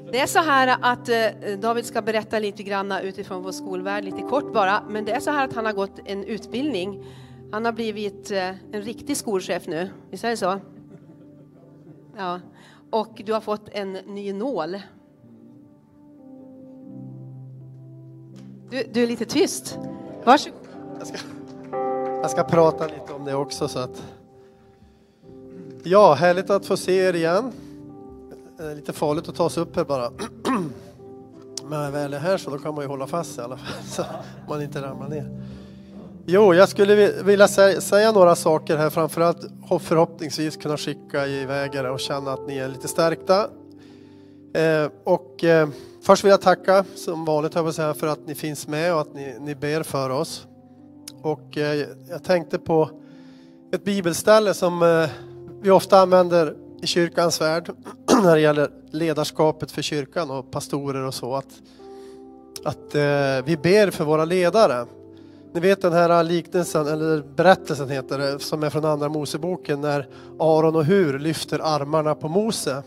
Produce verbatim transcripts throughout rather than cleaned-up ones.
Det är så här att eh, David ska berätta lite grann utifrån vår skolvärld, lite kort bara. Men det är så här att han har gått en utbildning. Han har blivit eh, en riktig skolchef nu, visst är det så? Ja. Och du har fått en ny nål. Du, du är lite tyst. Varsågod. Jag ska, jag ska prata lite om det också. Så att... Ja, härligt att få se er igen. Det är lite farligt att ta sig upp här bara. Men när jag väl är här så då kan man ju hålla fast i alla fall. Så man inte ramlar ner. Jo, jag skulle vilja säga några saker här. Framförallt förhoppningsvis kunna skicka iväg er och känna att ni är lite stärkta. Eh, och eh, först vill jag tacka som vanligt här säga, för att ni finns med och att ni, ni ber för oss. Och eh, jag tänkte på ett bibelställe som eh, vi ofta använder i kyrkans värld när det gäller ledarskapet för kyrkan och pastorer och så. Att, att eh, vi ber för våra ledare. Ni vet den här liknelsen, eller berättelsen heter det, som är från andra Moseboken, när Aron och Hur lyfter armarna på Mose.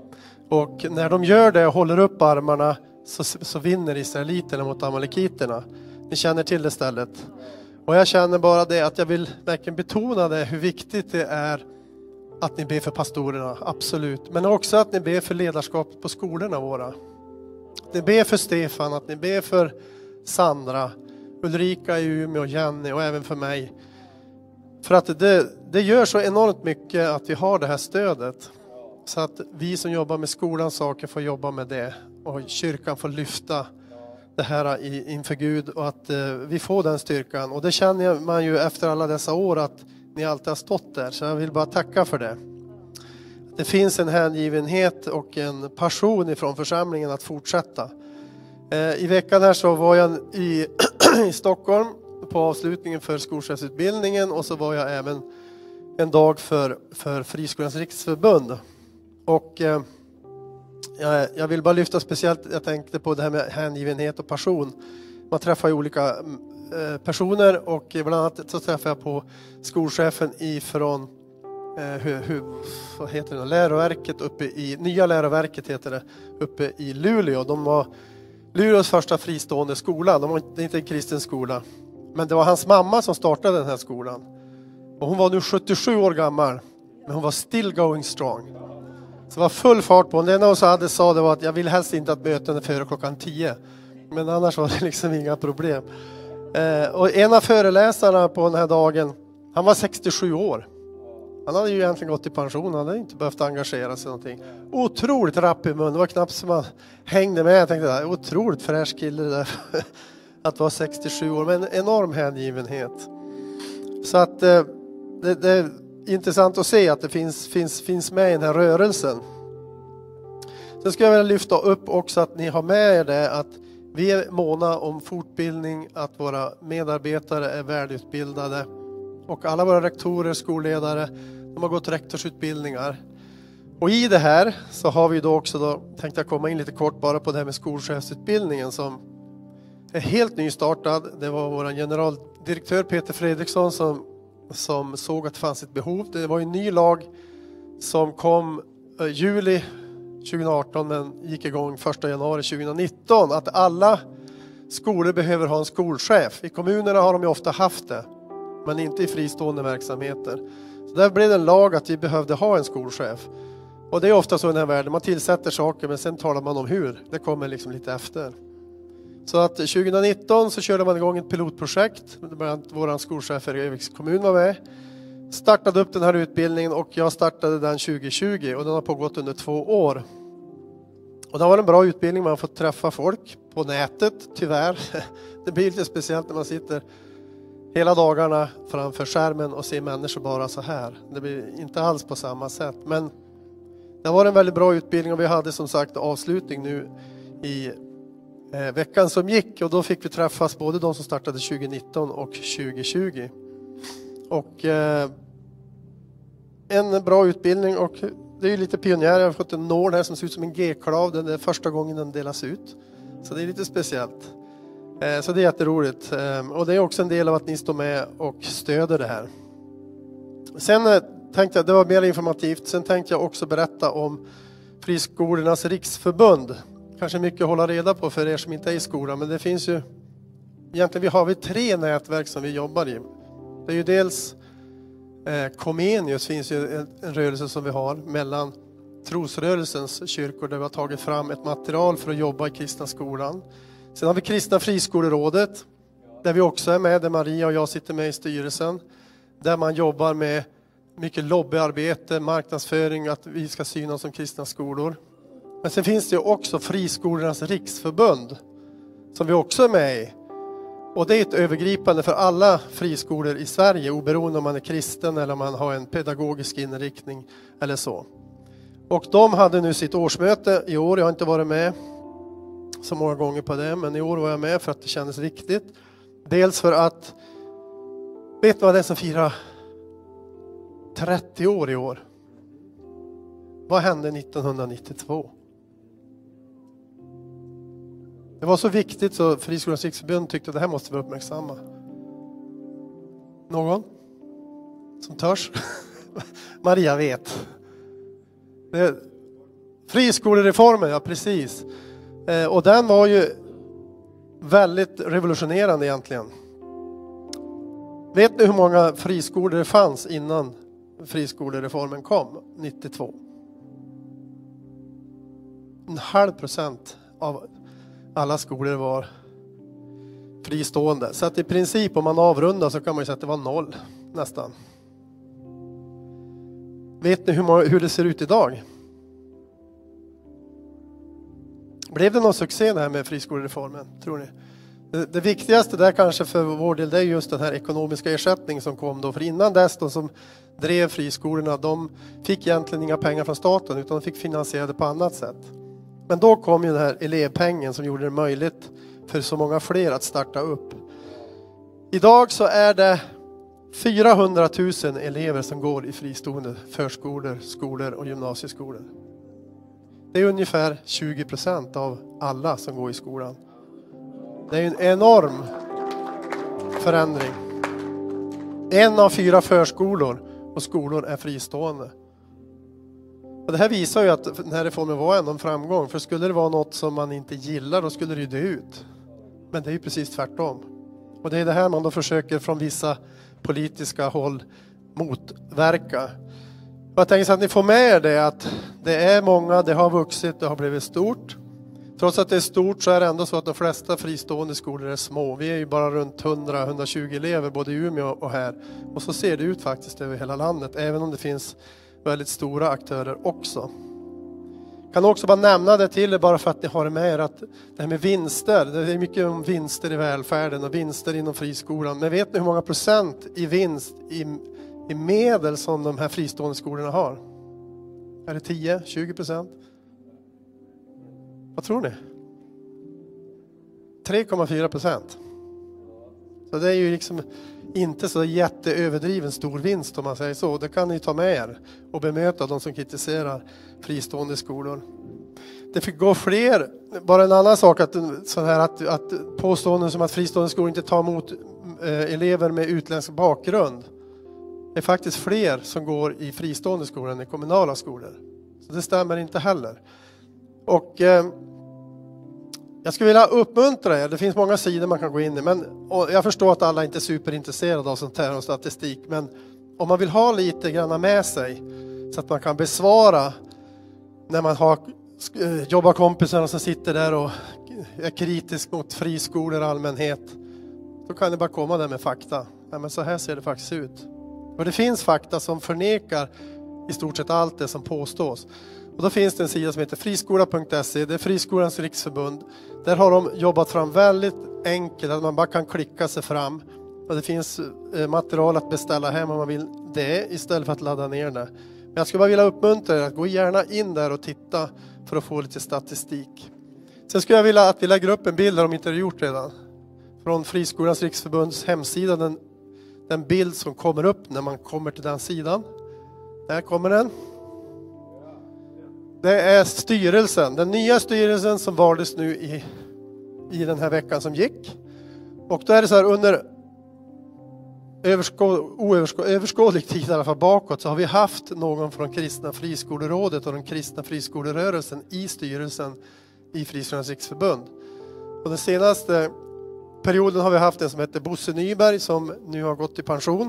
Och när de gör det och håller upp armarna så, så vinner israeliterna mot amalekiterna. Ni känner till det stället. Och jag känner bara det att jag vill verkligen betona det, hur viktigt det är att ni ber för pastorerna, absolut. Men också att ni ber för ledarskapet på skolorna våra. Ni ber för Stefan, att ni ber för Sandra, Ulrika i Umeå och Jenny och även för mig. För att det, det gör så enormt mycket att vi har det här stödet. Så att vi som jobbar med skolans saker får jobba med det. Och kyrkan får lyfta det här i, inför Gud och att eh, vi får den styrkan. Och det känner man ju efter alla dessa år att ni alltid har stått där. Så jag vill bara tacka för det. Det finns en hängivenhet och en passion ifrån församlingen att fortsätta. Eh, I veckan här så var jag i, i Stockholm på avslutningen för skolchefsutbildningen. Och så var jag även en dag för, för Friskolans riksförbund. Och eh, jag, jag vill bara lyfta speciellt, jag tänkte på det här med hängivenhet och passion. Man träffar ju olika eh, personer och bland annat så träffar jag på skolchefen ifrån eh, hur, hur, vad heter det, läroverket uppe i, nya läroverket heter det, uppe i Luleå. De var Luleås första fristående skola, de var inte, inte en kristen skola. Men det var hans mamma som startade den här skolan. Och hon var nu sjuttiosju år gammal, men hon var still going strong. Så det var full fart på. Det enda hon hade sa det var att jag vill helst inte att möten är före klockan tio. Men annars var det liksom inga problem. Eh, och en av föreläsarna på den här dagen, han var sextiosju år. Han hade ju egentligen gått i pension. Han hade inte behövt engagera sig någonting. Otroligt rapp i mun. Det var knappt som man hängde med. Jag tänkte, otroligt fräsch kille där. Att vara sextiosju år. Men en enorm hängivenhet. Så att eh, det, det är intressant att se att det finns, finns, finns med i den här rörelsen. Sen ska jag vilja lyfta upp också att ni har med er det att vi är måna om fortbildning, att våra medarbetare är välutbildade och alla våra rektorer, skolledare, de har gått rektorsutbildningar. Och i det här så har vi då också då, tänkte jag komma in lite kort bara på det här med skolchefsutbildningen som är helt nystartad. Det var vår generaldirektör Peter Fredriksson som, som såg att det fanns ett behov. Det var en ny lag som kom eh, juli tjugoarton men gick igång första januari tjugonitton. Att alla skolor behöver ha en skolchef. I kommunerna har de ju ofta haft det, men inte i fristående verksamheter. Så där blev det en lag att vi behövde ha en skolchef. Och det är ofta så i den här världen. Man tillsätter saker men sen talar man om hur. Det kommer liksom lite efter. Så att tjugonitton så körde man igång ett pilotprojekt. Bland annat vår skolchef i Öviks kommun var med. Startade upp den här utbildningen och jag startade den tjugohundratjugo. Och den har pågått under två år. Och det var en bra utbildning. Man har fått träffa folk på nätet, tyvärr. Det blir lite speciellt när man sitter hela dagarna framför skärmen och ser människor bara så här. Det blir inte alls på samma sätt. Men det var en väldigt bra utbildning och vi hade som sagt avslutning nu i eh, veckan som gick. Och då fick vi träffas både de som startade tjugonitton och tjugotjugo. Och eh, en bra utbildning och det är ju lite pionjär. Jag har fått en nål här som ser ut som en G-klav. Den är första gången den delas ut. Så det är lite speciellt. Eh, så det är jätteroligt. Eh, och det är också en del av att ni står med och stöder det här. Sen eh, tänkte jag, det var mer informativt. Sen tänkte jag också berätta om Friskolornas riksförbund. kanske mycket att hålla reda på för er som inte är i skolan. Men det finns ju, egentligen vi har vi tre nätverk som vi jobbar i. Det är ju dels eh, Comenius, finns ju en, en rörelse som vi har mellan trosrörelsens kyrkor där vi har tagit fram ett material för att jobba i kristna skolan. Sen har vi Kristna friskolerådet där vi också är med, där Maria och jag sitter med i styrelsen. Där man jobbar med mycket lobbyarbete, marknadsföring, att vi ska synas som kristna skolor. Men sen finns det ju också Friskolornas riksförbund som vi också är med i. Och det är ett övergripande för alla friskolor i Sverige, oberoende om man är kristen eller om man har en pedagogisk inriktning eller så. Och de hade nu sitt årsmöte i år. Jag har inte varit med så många gånger på det, men i år var jag med för att det kändes viktigt. Dels för att, vet du vad det är som firar trettio år i år? Vad hände nittonhundranittiotvå? Det var så viktigt så Friskolornas riksförbund tyckte att det här måste vi uppmärksamma. Någon som törs? Maria vet. Det, friskolereformen, ja precis. Eh, och den var ju väldigt revolutionerande egentligen. Vet ni hur många friskolor det fanns innan friskolereformen kom, nittiotvå? En halv procent av alla skolor var fristående. Så att i princip om man avrundar så kan man ju säga att det var noll nästan. Vet ni hur, många, hur det ser ut idag? Blev det någon succé det här med friskolereformen, tror ni? Det, det viktigaste där kanske för vår del det är just den här ekonomiska ersättningen som kom då. För innan dess de som drev friskolorna, de fick egentligen inga pengar från staten utan de fick finansiera det på annat sätt. Men då kom ju den här elevpengen som gjorde det möjligt för så många fler att starta upp. Idag så är det fyrahundratusen elever som går i fristående förskolor, skolor och gymnasieskolor. Det är ungefär tjugo procent av alla som går i skolan. Det är en enorm förändring. En av fyra förskolor och skolor är fristående. Och det här visar ju att den här reformen var ändå en framgång. För skulle det vara något som man inte gillar, då skulle det ju dö ut. Men det är ju precis tvärtom. Och det är det här man då försöker från vissa politiska håll motverka. Och jag tänker så att ni får med er det att det är många, det har vuxit, det har blivit stort. Trots att det är stort så är det ändå så att de flesta fristående skolor är små. Vi är ju bara runt hundra till hundratjugo elever både i Umeå och här. Och så ser det ut faktiskt över hela landet, även om det finns väldigt stora aktörer också. Jag kan också bara nämna det till er bara för att ni har det med er att det här med vinster, det är mycket om vinster i välfärden och vinster inom friskolan. Men vet ni hur många procent i vinst i, i medel som de här fristående skolorna har? Är det tio till tjugo procent? Vad tror ni? tre komma fyra procent. Så det är ju liksom inte så jätteöverdriven stor vinst om man säger så. Det kan ni ta med er och bemöta de som kritiserar fristående skolor. Det fick gå fler, bara en annan sak att, så här, att, att påståenden som att fristående skolor inte tar emot eh, elever med utländsk bakgrund. Det är faktiskt fler som går i fristående skolor än i kommunala skolor. Så det stämmer inte heller. Och eh, jag skulle vilja uppmuntra er, det finns många sidor man kan gå in i, men och jag förstår att alla inte är superintresserade av sånt här och statistik, men om man vill ha lite grann med sig så att man kan besvara när man har eh, jobbarkompisar som sitter där och är kritisk mot friskolor i allmänhet, då kan ni bara komma där med fakta. Ja, men så här ser det faktiskt ut. Och det finns fakta som förnekar i stort sett allt det som påstås. Och då finns det en sida som heter friskola punkt se, det är Friskolornas riksförbund. Där har de jobbat fram väldigt enkelt, att man bara kan klicka sig fram. Och det finns material att beställa hem om man vill det istället för att ladda ner det. Men jag skulle bara vilja uppmuntra er att gå gärna in där och titta för att få lite statistik. Sen skulle jag vilja att vi lägger upp en bild, om inte det gjort redan. Från Friskolornas riksförbunds hemsida, den, den bild som kommer upp när man kommer till den sidan. Där kommer den. Det är styrelsen, den nya styrelsen som valdes nu i, i den här veckan som gick. Och då är det så här, under överskå, oöverskå, överskådlig tid i alla fall bakåt så har vi haft någon från Kristna friskolerådet och den kristna friskolerörelsen i styrelsen i Friskolornas riksförbund. Och den senaste perioden har vi haft en som heter Bosse Nyberg som nu har gått i pension.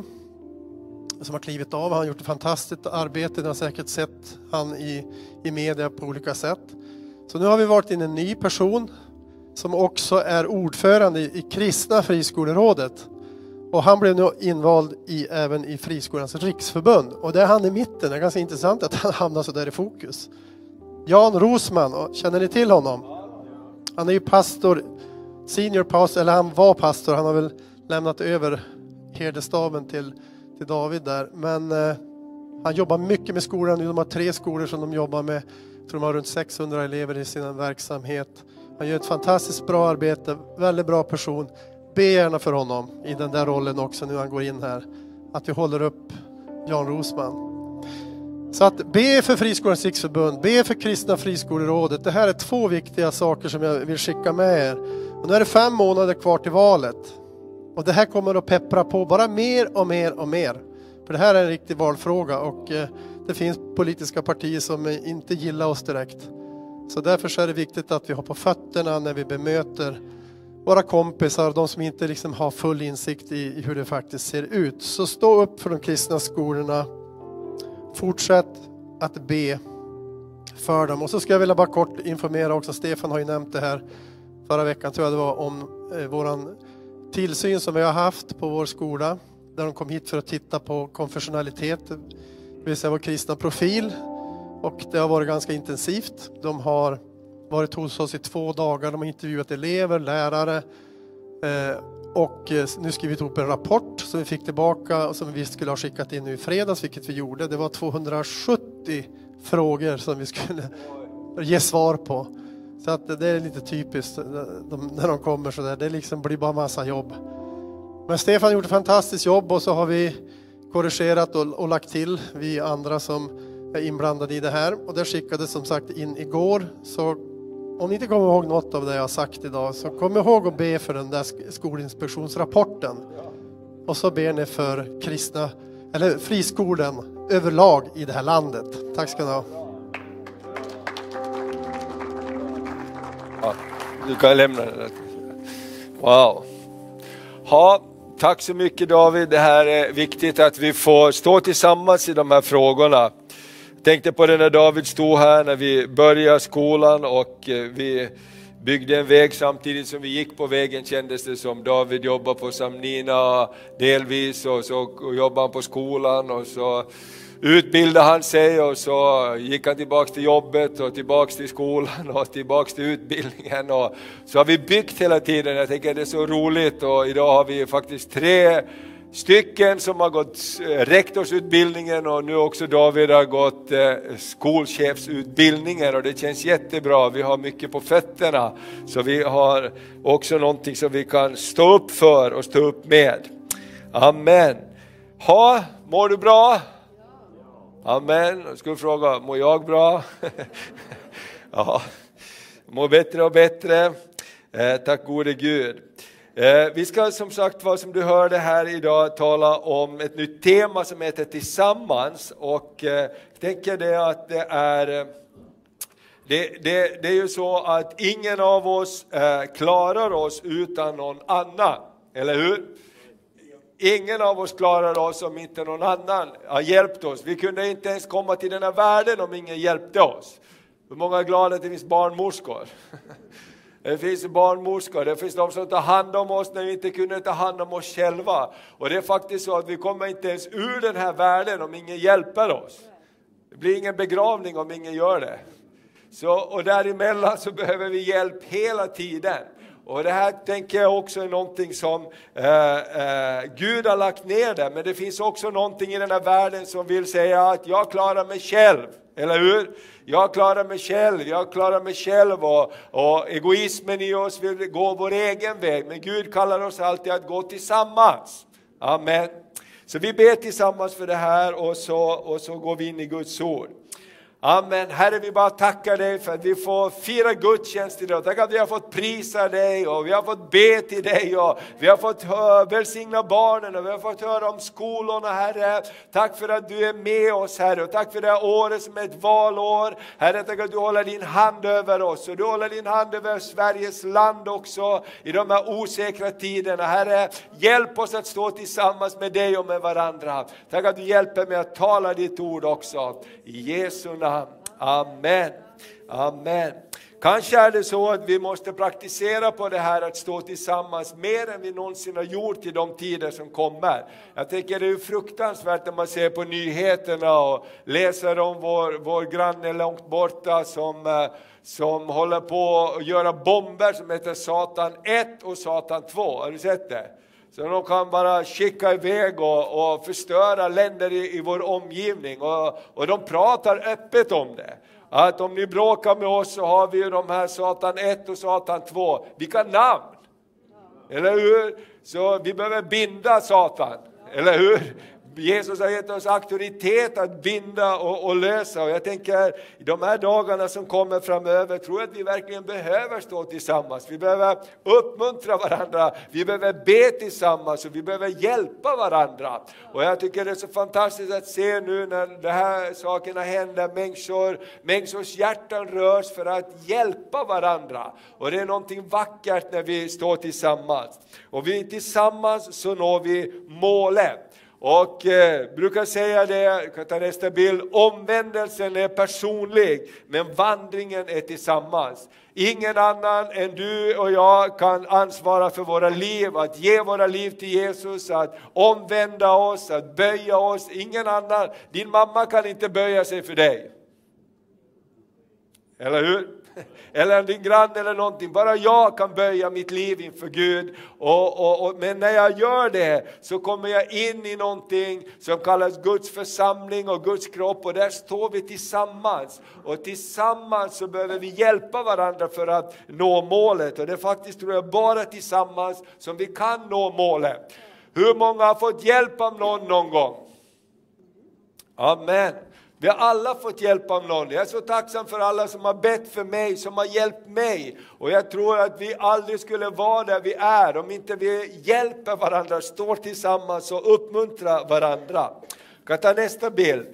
Som har klivit av. Han har gjort ett fantastiskt arbete. Ni har säkert sett han i, i media på olika sätt. Så nu har vi varit in en ny person som också är ordförande i, i Kristna friskolerådet. Och han blev nu invald i, även i Friskolornas riksförbund. Och det är han i mitten. Det är ganska intressant att han hamnar så där i fokus. Jan Rosman, känner ni till honom? Han är ju pastor, senior pastor, eller han var pastor. Han har väl lämnat över herdestaven till, till David där. Men eh, han jobbar mycket med skolan. De har tre skolor som de jobbar med. Jag tror de har runt sexhundra elever i sin verksamhet. Han gör ett fantastiskt bra arbete. Väldigt bra person. Be gärna för honom i den där rollen också nu han går in här. Att vi håller upp Jan Rosman. Så att be för Friskolornas riksförbund, be för Kristna friskolerådet. Det här är två viktiga saker som jag vill skicka med er. Och nu är det fem månader kvar till valet. Och det här kommer att peppra på bara mer och mer och mer. För det här är en riktig valfråga och eh, det finns politiska partier som inte gillar oss direkt. Så därför så är det viktigt att vi har på fötterna när vi bemöter våra kompisar, de som inte liksom har full insikt i, i hur det faktiskt ser ut. Så stå upp för de kristna skolorna. Fortsätt att be för dem. Och så ska jag vilja bara kort informera också. Stefan har ju nämnt det här förra veckan, tror jag det var, om eh, våran tillsyn som vi har haft på vår skola. Där de kom hit för att titta på konfessionalitet, det vill säga vår kristna profil. Och det har varit ganska intensivt. De har varit hos oss i två dagar. De har intervjuat elever, lärare. Eh, och nu skrivit ihop en rapport som vi fick tillbaka och som vi skulle ha skickat in nu i fredags, vilket vi gjorde. Det var tvåhundrasjuttio frågor som vi skulle ge svar på. Så att det är lite typiskt de, när de kommer så där. Det liksom blir bara massa jobb. Men Stefan gjorde ett fantastiskt jobb och så har vi korrigerat och, och lagt till vi andra som är inblandade i det här. Och det skickades som sagt in igår. Så om ni inte kommer ihåg något av det jag har sagt idag så kom ihåg att be för den där skolinspektionsrapporten. Och så ber ni för kristna, eller friskolan överlag i det här landet. Tack ska ni ha. Ja, du kan lämna det. Wow. Ja, tack så mycket David. Det här är viktigt att vi får stå tillsammans i de här frågorna. Jag tänkte på det när David stod här när vi började skolan och vi byggde en väg samtidigt som vi gick på vägen, kändes det som. David jobbade på Samnina delvis och så jobbade han på skolan och så utbildade han sig och så gick han tillbaka till jobbet och tillbaka till skolan och tillbaka till utbildningen. Och så har vi byggt hela tiden. Jag tänker att det är så roligt och idag har vi faktiskt tre stycken som har gått rektorsutbildningen och nu också David har gått skolchefsutbildningen och det känns jättebra. Vi har mycket på fötterna så vi har också någonting som vi kan stå upp för och stå upp med. Amen. Ha, mår du bra? Amen. Jag skulle fråga, mår jag bra? Ja, mår bättre och bättre. Eh, tack gode Gud. Eh, vi ska som sagt, vad som du hörde här idag, tala om ett nytt tema som heter Tillsammans. Och eh, jag tänker det att det är, det, det, det är ju så att ingen av oss eh, klarar oss utan någon annan. Eller hur? Ingen av oss klarar oss om inte någon annan har hjälpt oss. Vi kunde inte ens komma till den här världen om ingen hjälpte oss. Hur många är glada att det finns barnmorskor? Det finns barnmorskor, det finns de som tar hand om oss när vi inte kunde ta hand om oss själva. Och det är faktiskt så att vi kommer inte ens ur den här världen om ingen hjälper oss. Det blir ingen begravning om ingen gör det. Så, och däremellan så behöver vi hjälp hela tiden. Och det här tänker jag också är någonting som eh, eh, Gud har lagt ner där. Men det finns också någonting i den här världen som vill säga att jag klarar mig själv. Eller hur? Jag klarar mig själv, jag klarar mig själv och, och egoismen i oss vill gå vår egen väg. Men Gud kallar oss alltid att gå tillsammans. Amen. Så vi ber tillsammans för det här och så, och så går vi in i Guds ord. Amen. Herre, vi bara tackar dig för att vi får fira gudstjänst idag. Tack att vi har fått prisa dig och vi har fått be till dig och vi har fått hö- välsigna barnen och vi har fått höra om skolorna, Herre. Tack för att du är med oss, Herre, och tack för det här året som är ett valår. Herre, tack att du håller din hand över oss och du håller din hand över Sveriges land också i de här osäkra tiderna. Herre, hjälp oss att stå tillsammans med dig och med varandra. Tack att du hjälper mig att tala ditt ord också. I Jesu namn. Amen. Amen. Kanske är det så att vi måste praktisera på det här att stå tillsammans mer än vi någonsin har gjort i de tider som kommer. Jag tänker det är fruktansvärt när man ser på nyheterna och läser om vår, vår granne långt borta som, som håller på att göra bomber som heter Satan ett och Satan två. Har du sett det? Så de kan bara skicka iväg och, och förstöra länder i, i vår omgivning. Och, och de pratar öppet om det. Att om ni bråkar med oss så har vi ju de här Satan ett och Satan två. Vilka namn! Eller hur? Så vi behöver binda Satan. Eller hur? Jesus har gett oss auktoritet att binda och, och lösa. Och jag tänker, i de här dagarna som kommer framöver tror jag att vi verkligen behöver stå tillsammans. Vi behöver uppmuntra varandra. Vi behöver be tillsammans och vi behöver hjälpa varandra. Och jag tycker det är så fantastiskt att se nu när de här sakerna händer. Människor, människors hjärtan rörs för att hjälpa varandra. Och det är någonting vackert när vi står tillsammans. Och vi tillsammans så når vi målet. Och eh, brukar säga det, jag kan ta nästa bild, omvändelsen är personlig men vandringen är tillsammans. Ingen annan än du och jag kan ansvara för våra liv, att ge våra liv till Jesus, att omvända oss, att böja oss. Ingen annan, din mamma kan inte böja sig för dig. Eller hur? Eller din granne eller någonting. Bara jag kan böja mitt liv inför Gud. Och, och, och, men när jag gör det så kommer jag in i någonting som kallas Guds församling och Guds kropp. Och där står vi tillsammans. Och tillsammans så behöver vi hjälpa varandra för att nå målet. Och det är faktiskt tror jag bara tillsammans som vi kan nå målet. Hur många har fått hjälp av någon någon gång? Amen. Vi har alla fått hjälp av någon. Jag är så tacksam för alla som har bett för mig, som har hjälpt mig. Och jag tror att vi aldrig skulle vara där vi är om inte vi hjälper varandra, står tillsammans och uppmuntrar varandra. Jag kan ta nästa bild.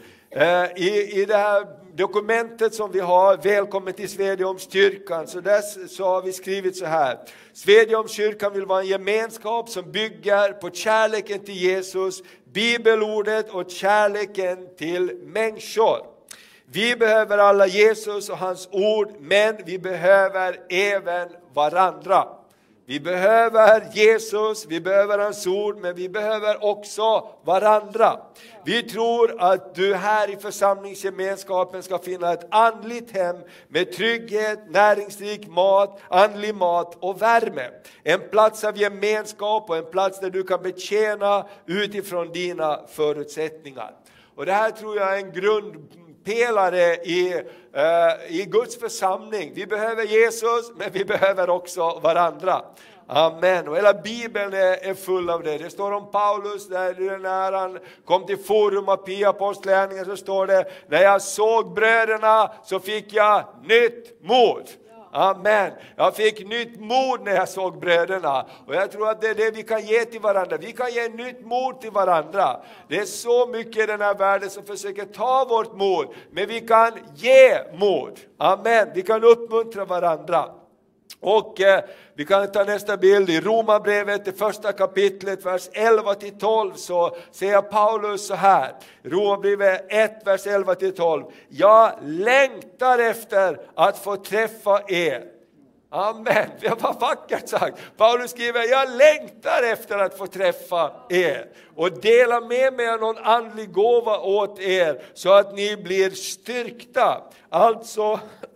I, i det här dokumentet som vi har, välkommen till Svedjeholmskyrkan, så där så har vi skrivit så här. Svedjeholmskyrkan vill vara en gemenskap som bygger på kärleken till Jesus, bibelordet och kärleken till människor. Vi behöver alla Jesus och hans ord, men vi behöver även varandra. Vi behöver Jesus, vi behöver hans ord, men vi behöver också varandra. Vi tror att du här i församlingsgemenskapen ska finna ett andligt hem med trygghet, näringsrik mat, andlig mat och värme. En plats av gemenskap och en plats där du kan betjäna utifrån dina förutsättningar. Och det här tror jag är en grundpelare i, uh, i Guds församling. Vi behöver Jesus, men vi behöver också varandra. Amen. Och hela Bibeln är, är full av det. Det står om Paulus där när han kom till Forum av Pia Apostlagärningarna, så står det: när jag såg bröderna så fick jag nytt mod. Amen. Jag fick nytt mod när jag såg bröderna. Och jag tror att det är det vi kan ge till varandra. Vi kan ge nytt mod till varandra. Det är så mycket i den här världen som försöker ta vårt mod. Men vi kan ge mod. Amen. Vi kan uppmuntra varandra. Och eh, vi kan ta nästa bild i Romarbrevet, det första kapitlet, vers elva till tolv, så säger Paulus så här. Romarbrevet ett, vers elva till tolv. Jag längtar efter att få träffa er. Amen, det var vackert sagt. Paulus skriver: jag längtar efter att få träffa er och dela med mig av någon andlig gåva åt er, så att ni blir styrkta. Alltså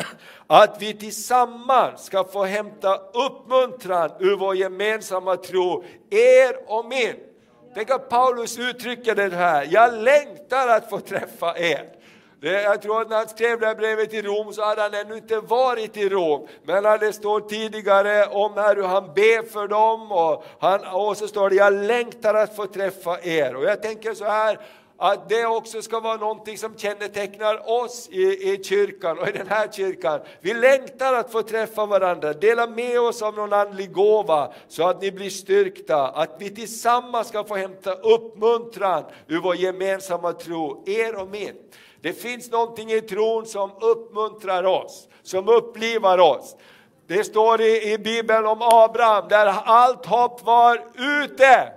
att vi tillsammans ska få hämta uppmuntran ur vår gemensamma tro, er och min. Tänk att Paulus uttrycker det här: jag längtar att få träffa er. Det, jag tror att när han skrev det här brevet i Rom så hade han ännu inte varit i Rom. Men när det står tidigare om här hur han ber för dem. Och, han, och så står det: jag längtar att få träffa er. Och jag tänker så här, att det också ska vara någonting som kännetecknar oss i, i kyrkan och i den här kyrkan. Vi längtar att få träffa varandra, dela med oss av någon andlig gåva så att ni blir styrkta. Att vi tillsammans ska få hämta uppmuntran ur vår gemensamma tro, er och min. Det finns någonting i tron som uppmuntrar oss, som upplivar oss. Det står i, i Bibeln om Abraham där allt hopp var ute.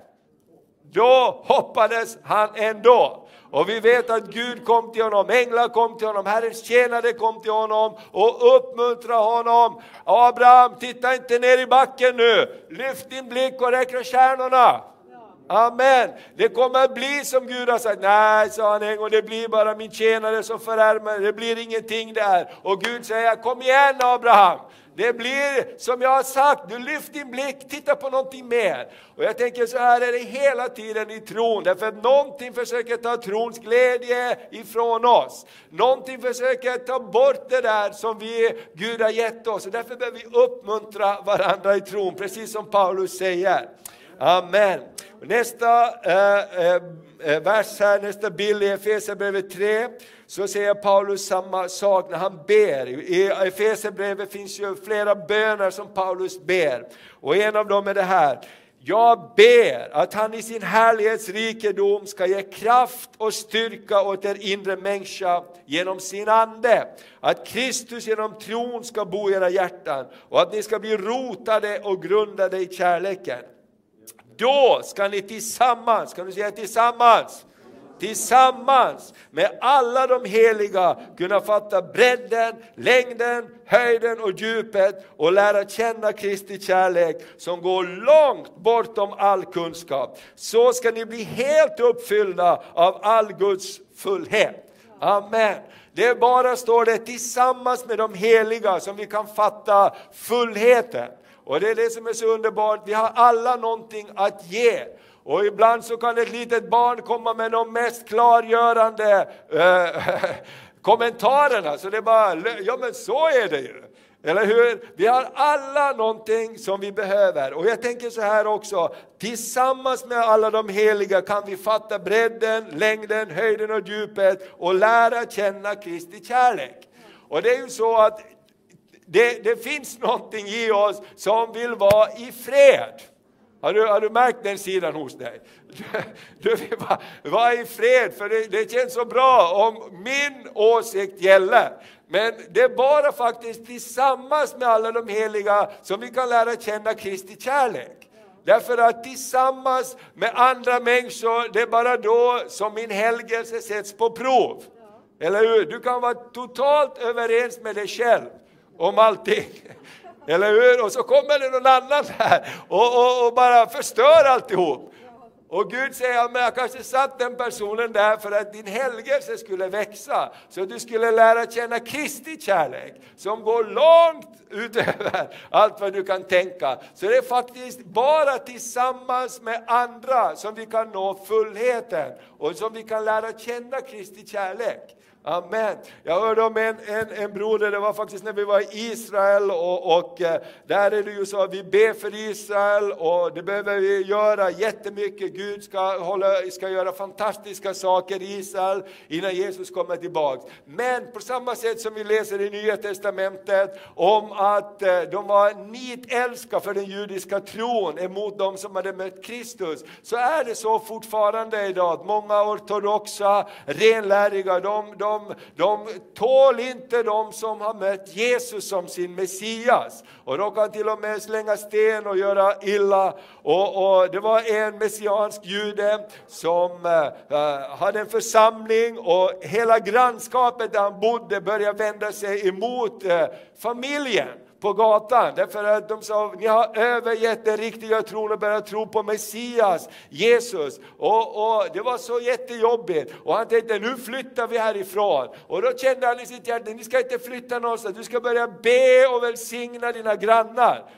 Då hoppades han ändå. Och vi vet att Gud kom till honom, änglar kom till honom, Herrens tjänare kom till honom och uppmuntrade honom. Abraham, titta inte ner i backen nu. Lyft din blick och räkna stjärnorna. Amen. Det kommer att bli som Gud har sagt. Nej, sa han en gång, det blir bara min tjänare som förärmer. Det blir ingenting där. Och Gud säger, kom igen Abraham. Det blir som jag har sagt, du lyft din blick, titta på någonting mer. Och jag tänker så här är det hela tiden i tron. Därför att någonting försöker ta trons glädje ifrån oss. Någonting försöker ta bort det där som vi, Gud har gett oss. Och därför behöver vi uppmuntra varandra i tron, precis som Paulus säger. Amen. Nästa eh, eh, vers här, nästa bild i Efesierbrevet tre, så säger Paulus samma sak när han ber. I Efesierbrevet finns ju flera böner som Paulus ber. Och en av dem är det här. Jag ber att han i sin härlighetsrikedom ska ge kraft och styrka åt er inre människa genom sin ande. Att Kristus genom tron ska bo i era hjärtan och att ni ska bli rotade och grundade i kärleken. Då ska ni tillsammans, kan du säga tillsammans? Tillsammans med alla de heliga kunna fatta bredden, längden, höjden och djupet och lära känna Kristi kärlek som går långt bortom all kunskap. Så ska ni bli helt uppfyllda av all Guds fullhet. Amen. Det är bara, står det, tillsammans med de heliga som vi kan fatta fullheten. Och det är det som är så underbart. Vi har alla någonting att ge. Och ibland så kan ett litet barn komma med de mest klargörande eh, kommentarerna. Så det är bara, ja men så är det ju. Eller hur? Vi har alla någonting som vi behöver. Och jag tänker så här också. Tillsammans med alla de heliga kan vi fatta bredden, längden, höjden och djupet. Och lära känna Kristi kärlek. Och det är ju så att Det, det finns någonting i oss som vill vara i fred. Har du, har du märkt den sidan hos dig? Du, du vill vara, vara i fred, för det, det känns så bra om min åsikt gäller. Men det är bara faktiskt tillsammans med alla de heliga som vi kan lära känna Kristi kärlek. Därför att tillsammans med andra människor, det är bara då som min helgelse sätts på prov. Eller hur? Du kan vara totalt överens med dig själv om allting. Eller hur? Och så kommer det någon annan här och, och, och bara förstör alltihop. Och Gud säger, men jag kanske satt den personen där för att din helgelse skulle växa. Så du skulle lära känna Kristi kärlek som går långt utöver allt vad du kan tänka. Så det är faktiskt bara tillsammans med andra som vi kan nå fullheten. Och som vi kan lära känna Kristi kärlek. Amen. Jag hörde om en, en, en broder, det var faktiskt när vi var i Israel och, och där är det ju så att vi ber för Israel och det behöver vi göra jättemycket. Gud ska, hålla, ska göra fantastiska saker i Israel innan Jesus kommer tillbaka. Men på samma sätt som vi läser i Nya Testamentet om att de var nitälska för den judiska tron emot de som hade mött Kristus, så är det så fortfarande idag att många ortodoxa, renläriga, de, de De, de tål inte de som har mött Jesus som sin Messias. Och de kan till och med slänga sten och göra illa. Och, och det var en messiansk jude som uh, hade en församling. Och hela grannskapet där han bodde började vända sig emot uh, familjen på gatan. Därför att de sa, ni har övergett den riktiga tron och börjat tro på Messias, Jesus. Och, och det var så jättejobbigt. Och han tänkte, nu flyttar vi härifrån. Och då kände han i sitt hjärta, ni ska inte flytta någonstans. Du ska börja be och välsigna dina grannar.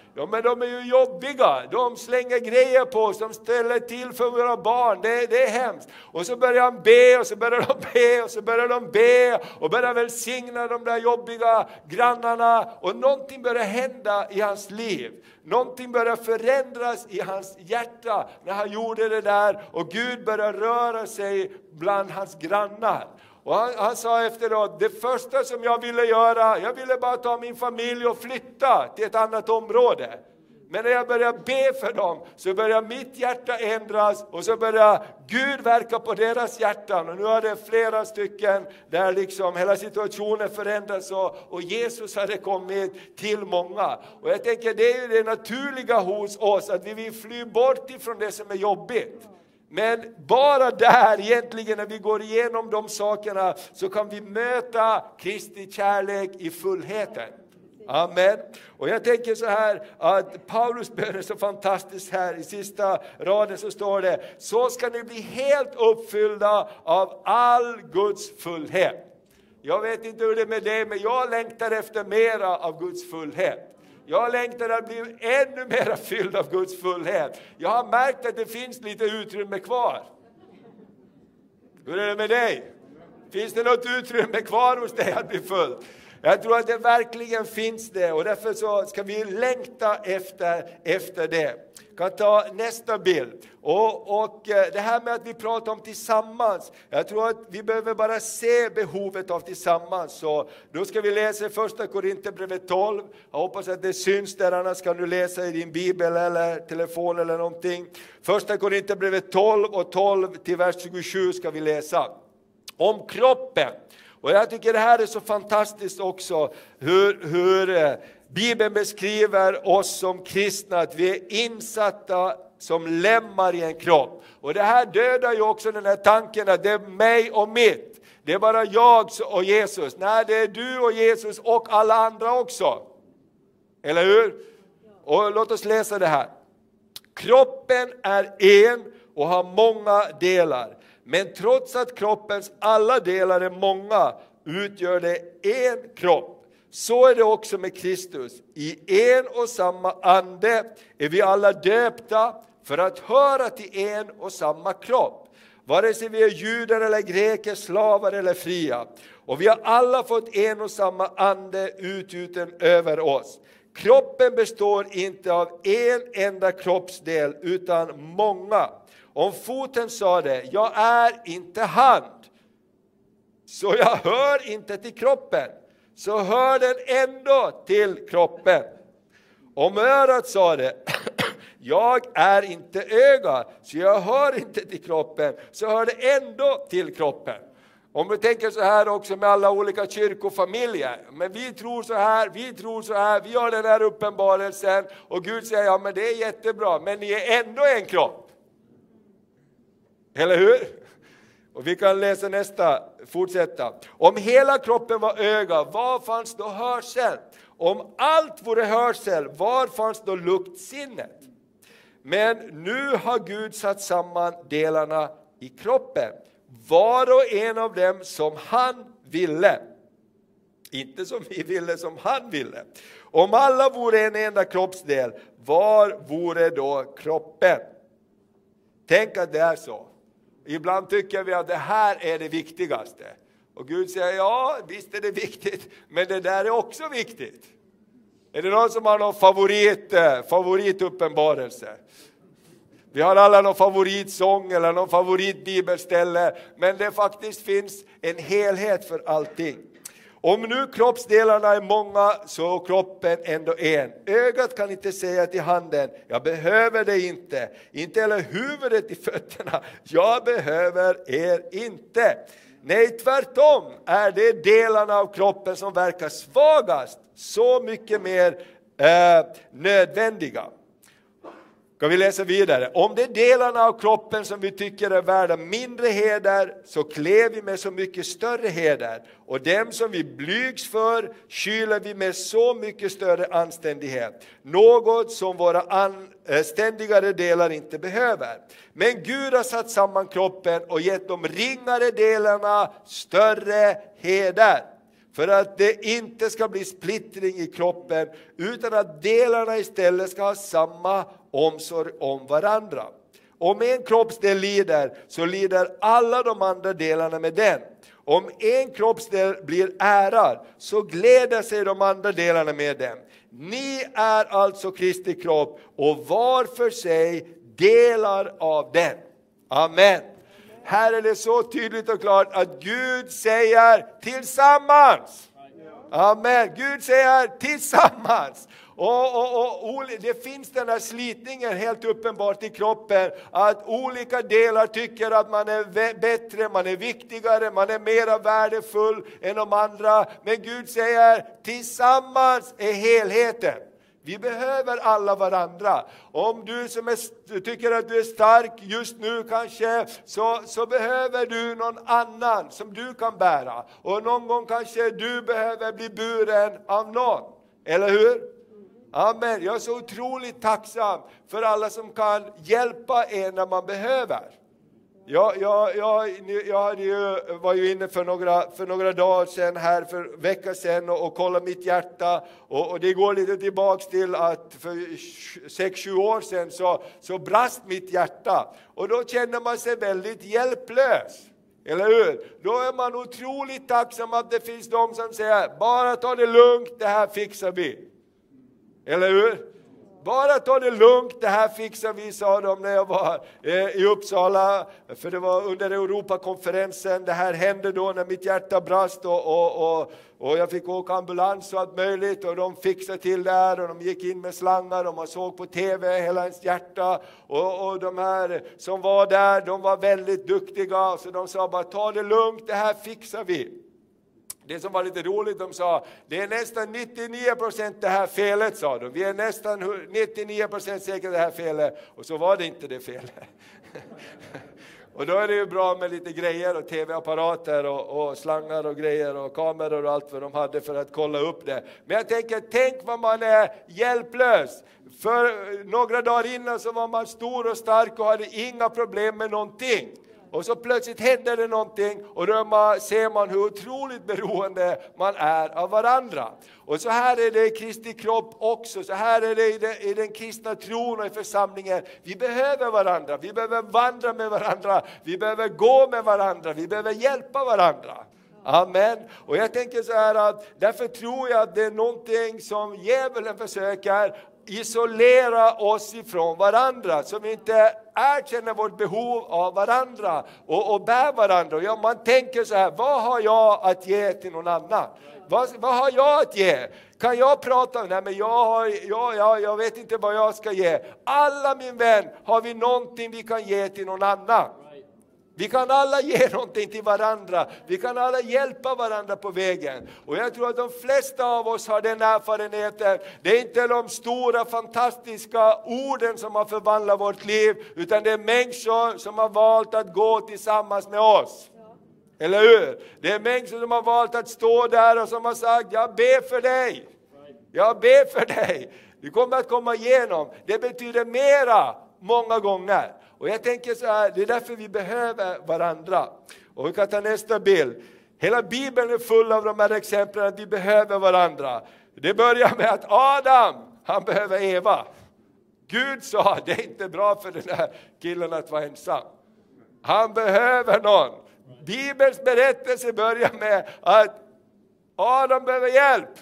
Ja, men de är ju jobbiga. De slänger grejer på oss. De ställer till för våra barn. Det, det är hemskt. Och så börjar han be och så börjar de be och så börjar de be och börjar välsigna de där jobbiga grannarna. Och någonting börjar hända i hans liv. Någonting börjar förändras i hans hjärta när han gjorde det där. Och Gud börjar röra sig bland hans grannar. Och han, han sa efteråt, det första som jag ville göra, jag ville bara ta min familj och flytta till ett annat område. Men när jag började be för dem så började mitt hjärta ändras och så började Gud verka på deras hjärtan. Och nu har det flera stycken där liksom hela situationen förändras och, och Jesus hade kommit till många. Och jag tänker det är ju det naturliga hos oss att vi vill fly bort ifrån det som är jobbigt. Men bara där egentligen när vi går igenom de sakerna så kan vi möta Kristi kärlek i fullheten. Amen. Och jag tänker så här att Paulus bön är så fantastiskt här. I sista raden så står det: så ska ni bli helt uppfyllda av all Guds fullhet. Jag vet inte hur det är med det, men jag längtar efter mera av Guds fullhet. Jag längtar att bli ännu mer fylld av Guds fullhet. Jag har märkt att det finns lite utrymme kvar. Hur är det med dig? Finns det något utrymme kvar hos dig att bli full? Jag tror att det verkligen finns det, och därför så ska vi längta efter, efter det. Jag kan ta nästa bild. Och, och det här med att vi pratar om tillsammans. Jag tror att vi behöver bara se behovet av tillsammans. Så då ska vi läsa första Korinthierbrevet tolv. Jag hoppas att det syns där, annars kan du läsa i din bibel eller telefon eller någonting. Första Korinthierbrevet tolv och tolv till vers tjugosju ska vi läsa. Om kroppen. Och jag tycker det här är så fantastiskt också hur, hur Bibeln beskriver oss som kristna, att vi är insatta som lemmar i en kropp. Och det här dödar ju också den här tanken att det är mig och mitt. Det är bara jag och Jesus. Nej, det är du och Jesus och alla andra också. Eller hur? Och låt oss läsa det här. Kroppen är en och har många delar. Men trots att kroppens alla delar är många utgör det en kropp. Så är det också med Kristus. I en och samma ande är vi alla döpta för att höra till en och samma kropp. Vare sig vi är judar eller greker, slavar eller fria. Och vi har alla fått en och samma ande utgjuten över oss. Kroppen består inte av en enda kroppsdel utan många. Om foten sa det, jag är inte hand, så jag hör inte till kroppen, så hör den ändå till kroppen. Om örat sa det, jag är inte öga, så jag hör inte till kroppen, så hör det ändå till kroppen. Om du tänker så här också med alla olika kyrkofamiljer. Men vi tror så här, vi tror så här, vi har den här uppenbarelsen. Och Gud säger, ja men det är jättebra, men ni är ändå en kropp. Eller hur? Och vi kan läsa nästa, fortsätta. Om hela kroppen var öga, var fanns då hörsel? Om allt vore hörsel, var fanns då luktsinnet? Men nu har Gud satt samman delarna i kroppen. Var och en av dem som han ville. Inte som vi ville, som han ville. Om alla vore en enda kroppsdel, var vore då kroppen? Tänk att det är så. Ibland tycker vi att det här är det viktigaste. Och Gud säger, ja visst är det viktigt, men det där är också viktigt. Är det någon som har någon favorit, favorituppenbarelse? Vi har alla någon favoritsång eller någon favoritbibelställe, men det faktiskt finns en helhet för allting. Om nu kroppsdelarna är många så är kroppen ändå en. Ögat kan inte säga till handen, jag behöver det inte. Inte heller huvudet till fötterna, jag behöver er inte. Nej, tvärtom är det delarna av kroppen som verkar svagast så mycket mer eh, nödvändiga. Ska vi läsa vidare? Om det är delarna av kroppen som vi tycker är värda mindre heder, så klär vi med så mycket större heder. Och dem som vi blygs för kyler vi med så mycket större anständighet. Något som våra anständigare delar inte behöver. Men Gud har satt samman kroppen och gett de ringare delarna större heder. För att det inte ska bli splittring i kroppen, utan att delarna istället ska ha samma omsorg om varandra. Om en kroppsdel lider, så lider alla de andra delarna med den. Om en kroppsdel blir ärad, så gläder sig de andra delarna med den. Ni är alltså Kristi kropp, och var för sig delar av den. Amen. Här är det så tydligt och klart att Gud säger tillsammans. Amen. Gud säger tillsammans. Och, och, och det finns den här slitningen helt uppenbart i kroppen, att olika delar tycker att man är bättre, man är viktigare, man är mera värdefull än de andra. Men Gud säger tillsammans är helheten. Vi behöver alla varandra. Om du som är, tycker att du är stark just nu kanske, så, så behöver du någon annan som du kan bära. Och någon gång kanske du behöver bli buren av någon. Eller hur? Amen. Jag är så otroligt tacksam för alla som kan hjälpa en när man behöver. Jag, jag, jag, jag hade ju, var ju inne för några, för några dagar sedan här, för vecka sedan och, och kollade mitt hjärta. Och, och det går lite tillbaks till att för sex sju år sedan så, så brast mitt hjärta. Och då känner man sig väldigt hjälplös. Eller hur? Då är man otroligt tacksam att det finns de som säger, bara ta det lugnt, det här fixar vi. Eller hur? Bara ta det lugnt, det här fixar vi, sa de när jag var eh, i Uppsala. För det var under Europakonferensen. Det här hände då när mitt hjärta brast och, och, och, och jag fick åka ambulans och allt möjligt. Och de fixade till där och de gick in med slangar och man såg på tv hela ens hjärta. Och, och de här som var där, de var väldigt duktiga. Så de sa bara, ta det lugnt, det här fixar vi. Det som var lite roligt, de sa, det är nästan nittionio procent det här felet, sa de. Vi är nästan nittionio procent säkert det här felet. Och så var det inte det felet. Och då är det ju bra med lite grejer och tv-apparater och, och slangar och grejer och kameror och allt vad de hade för att kolla upp det. Men jag tänker, tänk vad man är hjälplös. För några dagar innan så var man stor och stark och hade inga problem med någonting. Och så plötsligt händer det någonting och då man, ser man hur otroligt beroende man är av varandra. Och så här är det i Kristi kropp också. Så här är det i den, i den kristna tron och i församlingen. Vi behöver varandra. Vi behöver vandra med varandra. Vi behöver gå med varandra. Vi behöver hjälpa varandra. Amen. Och jag tänker så här att därför tror jag att det är någonting som djävulen försöker isolera oss ifrån varandra, som inte erkänner vårt behov av varandra och, och bär varandra. Och ja, man tänker så här, vad har jag att ge till någon annan? Vad, vad har jag att ge? Kan jag prata? Nej, men jag, har, jag, jag, jag vet inte vad jag ska ge. Alla, min vän, har vi någonting vi kan ge till någon annan. Vi kan alla ge någonting till varandra. Vi kan alla hjälpa varandra på vägen. Och jag tror att de flesta av oss har den erfarenheten. Det är inte de stora fantastiska orden som har förvandlat vårt liv. Utan det är människor som har valt att gå tillsammans med oss. Ja. Eller hur? Det är människor som har valt att stå där och som har sagt, jag ber för dig. Jag ber för dig. Du kommer att komma igenom. Det betyder mera många gånger. Och jag tänker så här, det är därför vi behöver varandra. Och vi kan ta nästa bild. Hela Bibeln är full av de här exemplen att vi behöver varandra. Det börjar med att Adam, han behöver Eva. Gud sa, det är inte bra för den här killen att vara ensam. Han behöver någon. Bibelns berättelse börjar med att Adam behöver hjälp.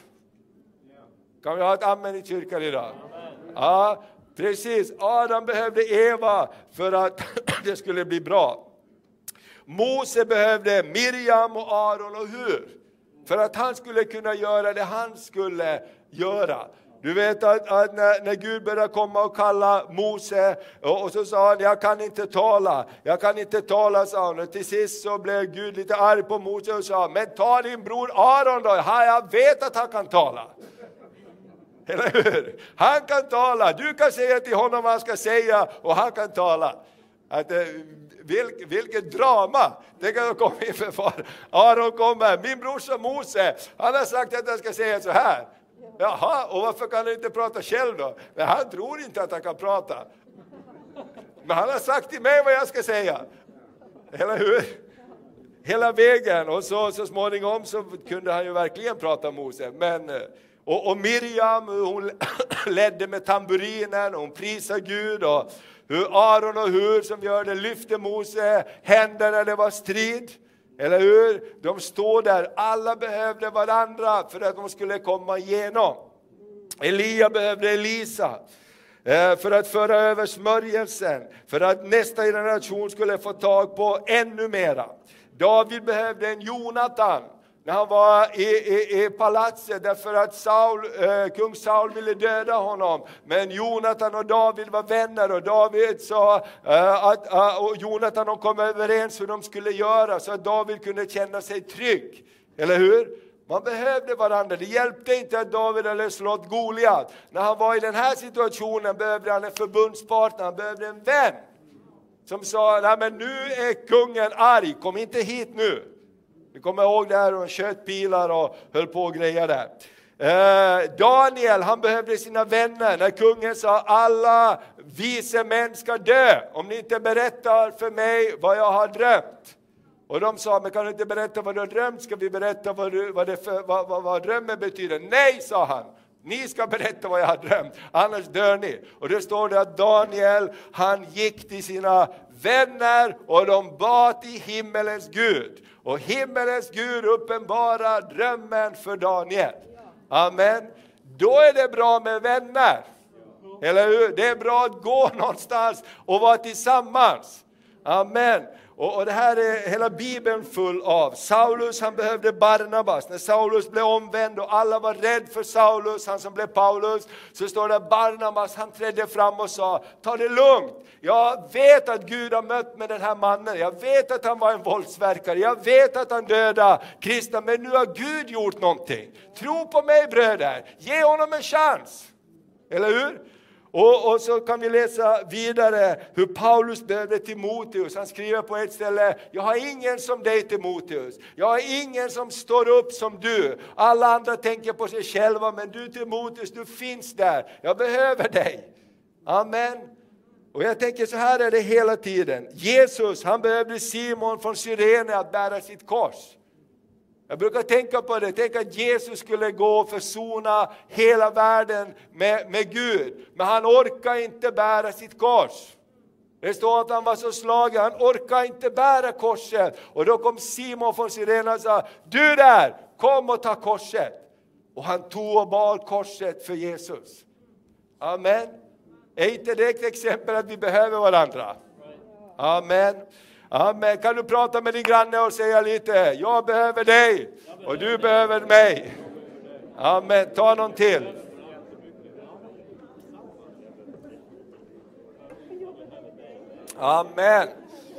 Kan vi ha ett amen i kyrkan idag? Ja. Precis, Adam behövde Eva för att det skulle bli bra. Mose behövde Miriam och Aron, och hur? För att han skulle kunna göra det han skulle göra. Du vet att, att när, när Gud började komma och kalla Mose och, och så sa han, jag kan inte tala. Jag kan inte tala, sa han. Och till sist så blev Gud lite arg på Mose och sa, men ta din bror Aron då. Ha, jag vet att han kan tala. Eller hur? Han kan tala. Du kan säga till honom vad han ska säga och han kan tala. Att, eh, vilk, vilket drama. Det kan komma inför far. Aron kommer. Min brorsa Mose, han har sagt att jag ska säga så här. Jaha, och varför kan han inte prata själv då? Men han tror inte att han kan prata. Men han har sagt till mig vad jag ska säga. Eller hur? hela vägen. Och så, så småningom så kunde han ju verkligen prata Mose. Men, och, och Miriam, hon ledde med tamburinen och hon prisade Gud. Och hur Aron och Hur som gör det lyfte Mose händer när det var strid. Eller hur? De står där, alla behövde varandra för att de skulle komma igenom. Elia behövde Elisa för att föra över smörjelsen, för att nästa generation skulle få tag på ännu mera. David behövde en Jonatan när han var i, i, i palatset, därför att Saul, eh, kung Saul ville döda honom. Men Jonatan och David var vänner, och David sa eh, att eh, och Jonatan de kom överens hur de skulle göra så att David kunde känna sig trygg. Eller hur? Man behövde varandra. Det hjälpte inte att David hade slått Goliat. När han var i den här situationen behövde han en förbundspartner, han behövde en vän. Som sa, nej men nu är kungen arg, kom inte hit nu. Vi kommer ihåg det här, och sköt pilar och höll på och grejer där. Eh, Daniel, han behövde sina vänner när kungen sa, alla vise män ska dö om ni inte berättar för mig vad jag har drömt. Och de sa, men kan du inte berätta vad du har drömt? Ska vi berätta vad, du, vad, det för, vad, vad, vad drömmen betyder? Nej, sa han. Ni ska berätta vad jag har drömt, annars dör ni. Och det står det att Daniel, han gick till sina vänner och de bad till himmelens Gud. Och himmelens Gud uppenbarar drömmen för Daniel. Amen. Då är det bra med vänner. Eller hur? Det är bra att gå någonstans och vara tillsammans. Amen. Och, och det här är hela Bibeln full av. Saulus, han behövde Barnabas. När Saulus blev omvänd och alla var rädda för Saulus, han som blev Paulus, så står det Barnabas, han trädde fram och sa, ta det lugnt. Jag vet att Gud har mött med den här mannen. Jag vet att han var en våldsverkare. Jag vet att han dödade kristna. Men nu har Gud gjort någonting. Tro på mig, bröder. Ge honom en chans. Eller hur? Och, och så kan vi läsa vidare hur Paulus behövde Timoteus. Han skriver på ett ställe, jag har ingen som dig Timoteus. Jag har ingen som står upp som du. Alla andra tänker på sig själva, men du Timoteus, du finns där. Jag behöver dig. Amen. Och jag tänker så här är det hela tiden. Jesus, han behövde Simon från Cyrene att bära sitt kors. Jag brukar tänka på det. Tänk att Jesus skulle gå och försona hela världen med, med Gud. Men han orkar inte bära sitt kors. Det står att han var så slagen. Han orkar inte bära korset. Och då kom Simon från Cyrene och sa, du där, kom och ta korset. Och han tog och bar korset för Jesus. Amen. Är inte det ett exempel att vi behöver varandra? Amen. Amen. Kan du prata med din granne och säga lite, jag behöver dig och du behöver mig. Amen. Ta någon till. Amen.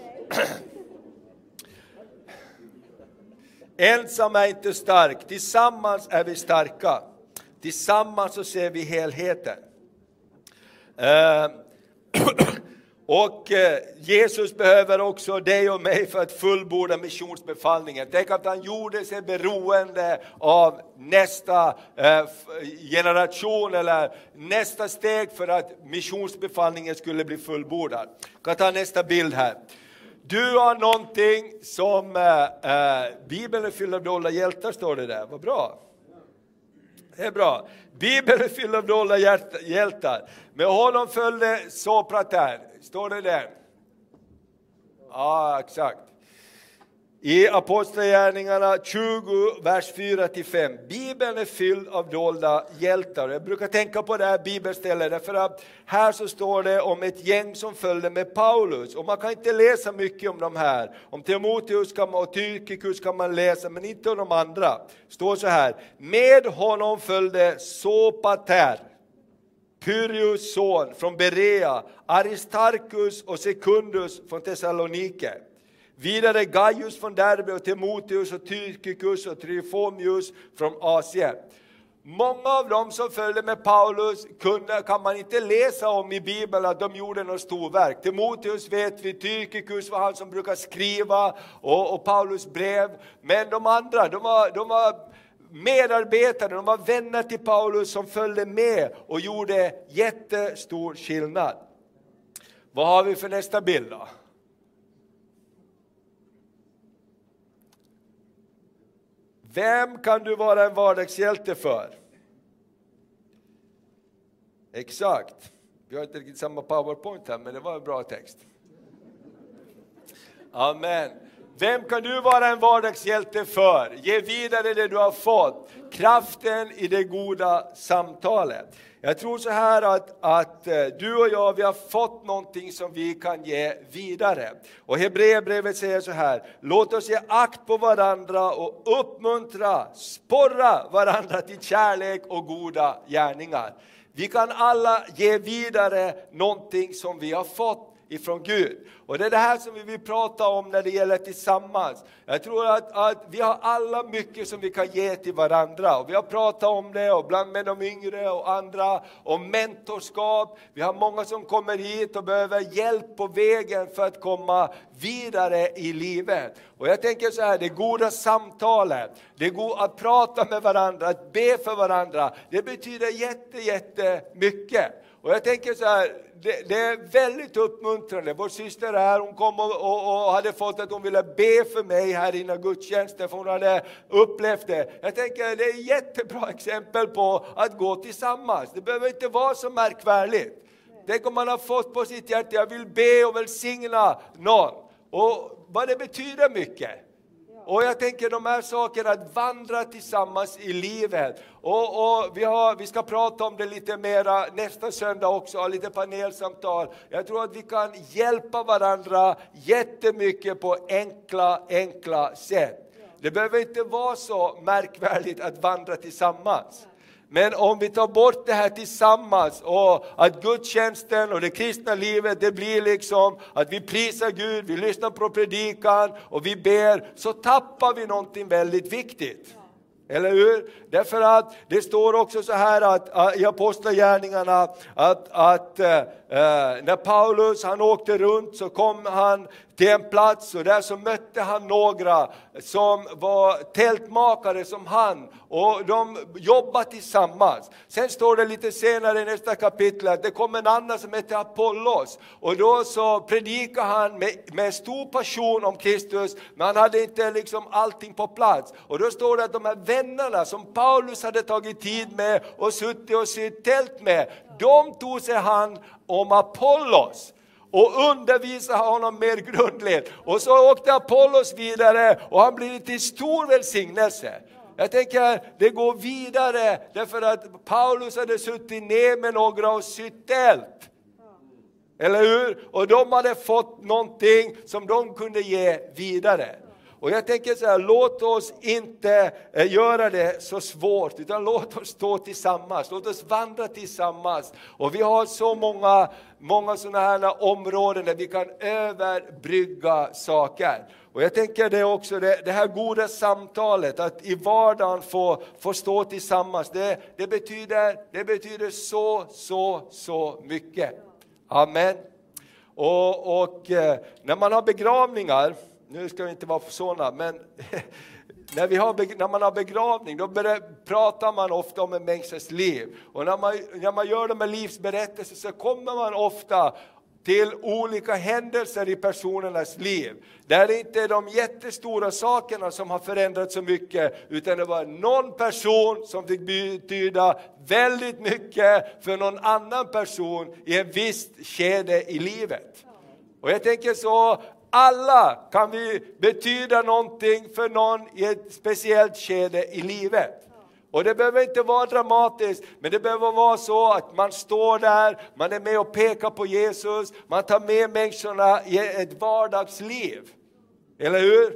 Ensam är inte stark. Tillsammans är vi starka. Tillsammans så ser vi helheten. Uh, Och Jesus behöver också dig och mig för att fullborda missionsbefallningen. Tänk att han gjorde sig beroende av nästa generation eller nästa steg för att missionsbefallningen skulle bli fullbordad. Jag kan ta nästa bild här. Du har någonting som äh, Bibeln är fylld av dolda hjältar, står det där. Vad bra. Det är bra. Bibeln är fylld av dolda hjältar. Med honom följde Sopater. Står det där? Ja, exakt. I Apostlagärningarna tjugo, vers fyra till fem. Bibeln är fylld av dolda hjältar. Jag brukar tänka på det här bibelstället. Därför att här så står det om ett gäng som följde med Paulus. Och man kan inte läsa mycket om de här. Om Timoteus kan man, och Tychicus kan man läsa, men inte om de andra. Det står så här. Med honom följde Sopater, Pyrrhus son från Berea, Aristarchus och Secundus från Thessalonike. Vidare Gaius från Derbe och Timoteus och Tychicus och Tryphomius från Asien. Många av dem som följde med Paulus kunde, kan man inte läsa om i Bibeln att de gjorde något storverk. Timoteus vet vi, Tychicus var han som brukar skriva och, och Paulus brev. Men de andra, de var, de var medarbetare, de var vänner till Paulus som följde med och gjorde jättestor skillnad. Vad har vi för nästa bild då? Vem kan du vara en vardagshjälte för? Exakt. Vi har inte riktigt samma PowerPoint här, men det var en bra text. Amen. Vem kan du vara en vardagshjälte för? Ge vidare det du har fått. Kraften i det goda samtalet. Jag tror så här att, att du och jag, vi har fått någonting som vi kan ge vidare. Och Hebreerbrevet säger så här: låt oss ge akt på varandra och uppmuntra, sporra varandra till kärlek och goda gärningar. Vi kan alla ge vidare någonting som vi har fått ifrån Gud. Och det är det här som vi vill prata om när det gäller tillsammans. Jag tror att, att vi har alla mycket som vi kan ge till varandra. Och vi har pratat om det, och bland med de yngre och andra, om mentorskap. Vi har många som kommer hit och behöver hjälp på vägen för att komma vidare i livet. Och jag tänker så här, det goda samtalet, det går att prata med varandra, att be för varandra. Det betyder jätte, jätte mycket. Och jag tänker så här, det, det är väldigt uppmuntrande. Vår syster här, hon kom och, och, och hade fått att hon ville be för mig här innan gudstjänsten, för hon hade upplevt det. Jag tänker det är ett jättebra exempel på att gå tillsammans. Det behöver inte vara så märkvärdigt. Tänk om man har fått på sitt hjärta, jag vill be och välsigna någon. Och vad det betyder mycket. Och jag tänker de här sakerna, att vandra tillsammans i livet. Och, och vi, har, vi ska prata om det lite mera nästa söndag också, lite panelsamtal. Jag tror att vi kan hjälpa varandra jättemycket på enkla, enkla sätt. Det behöver inte vara så märkvärdigt att vandra tillsammans. Men om vi tar bort det här tillsammans, och att gudstjänsten och det kristna livet, det blir liksom att vi prisar Gud, vi lyssnar på predikan och vi ber, så tappar vi någonting väldigt viktigt. Eller hur? Därför att det står också så här att, att i Apostlagärningarna att, att äh, när Paulus han åkte runt, så kom han till en plats och där så mötte han några som var tältmakare som han, och de jobbade tillsammans. Sen står det lite senare i nästa kapitel att det kom en annan som heter Apollos, och då så predikade han med, med stor passion om Kristus, men han hade inte liksom allting på plats. Och då står det att de här vännerna som Paulus hade tagit tid med och suttit och sytt tält med, de tog sig hand om Apollos och undervisade honom mer grundligt. Och så åkte Apollos vidare och han blev till stor välsignelse. Jag tänker det går vidare därför att Paulus hade suttit ner med några och sytt tält. Eller hur? Och de hade fått någonting som de kunde ge vidare. Och jag tänker så här, låt oss inte eh, göra det så svårt, utan låt oss stå tillsammans, låt oss vandra tillsammans. Och vi har så många, många sådana här områden där vi kan överbrygga saker. Och jag tänker det också, det, det här goda samtalet, att i vardagen få, få stå tillsammans, det, det, betyder, det betyder så, så, så mycket. Amen. Och, och eh, när man har begravningar, nu ska vi inte vara för sådana, men när, vi har, när man har begravning, då börjar, pratar man ofta om en människas liv. Och när man, när man gör det med livsberättelser så kommer man ofta till olika händelser i personernas liv. Där det inte är de jättestora sakerna som har förändrats så mycket, utan det var någon person som fick betyda väldigt mycket för någon annan person i en viss skede i livet. Och jag tänker så, alla kan vi betyda någonting för någon i ett speciellt skede i livet. Och det behöver inte vara dramatiskt, men det behöver vara så att man står där, man är med och pekar på Jesus, man tar med människorna i ett vardagsliv. Eller hur?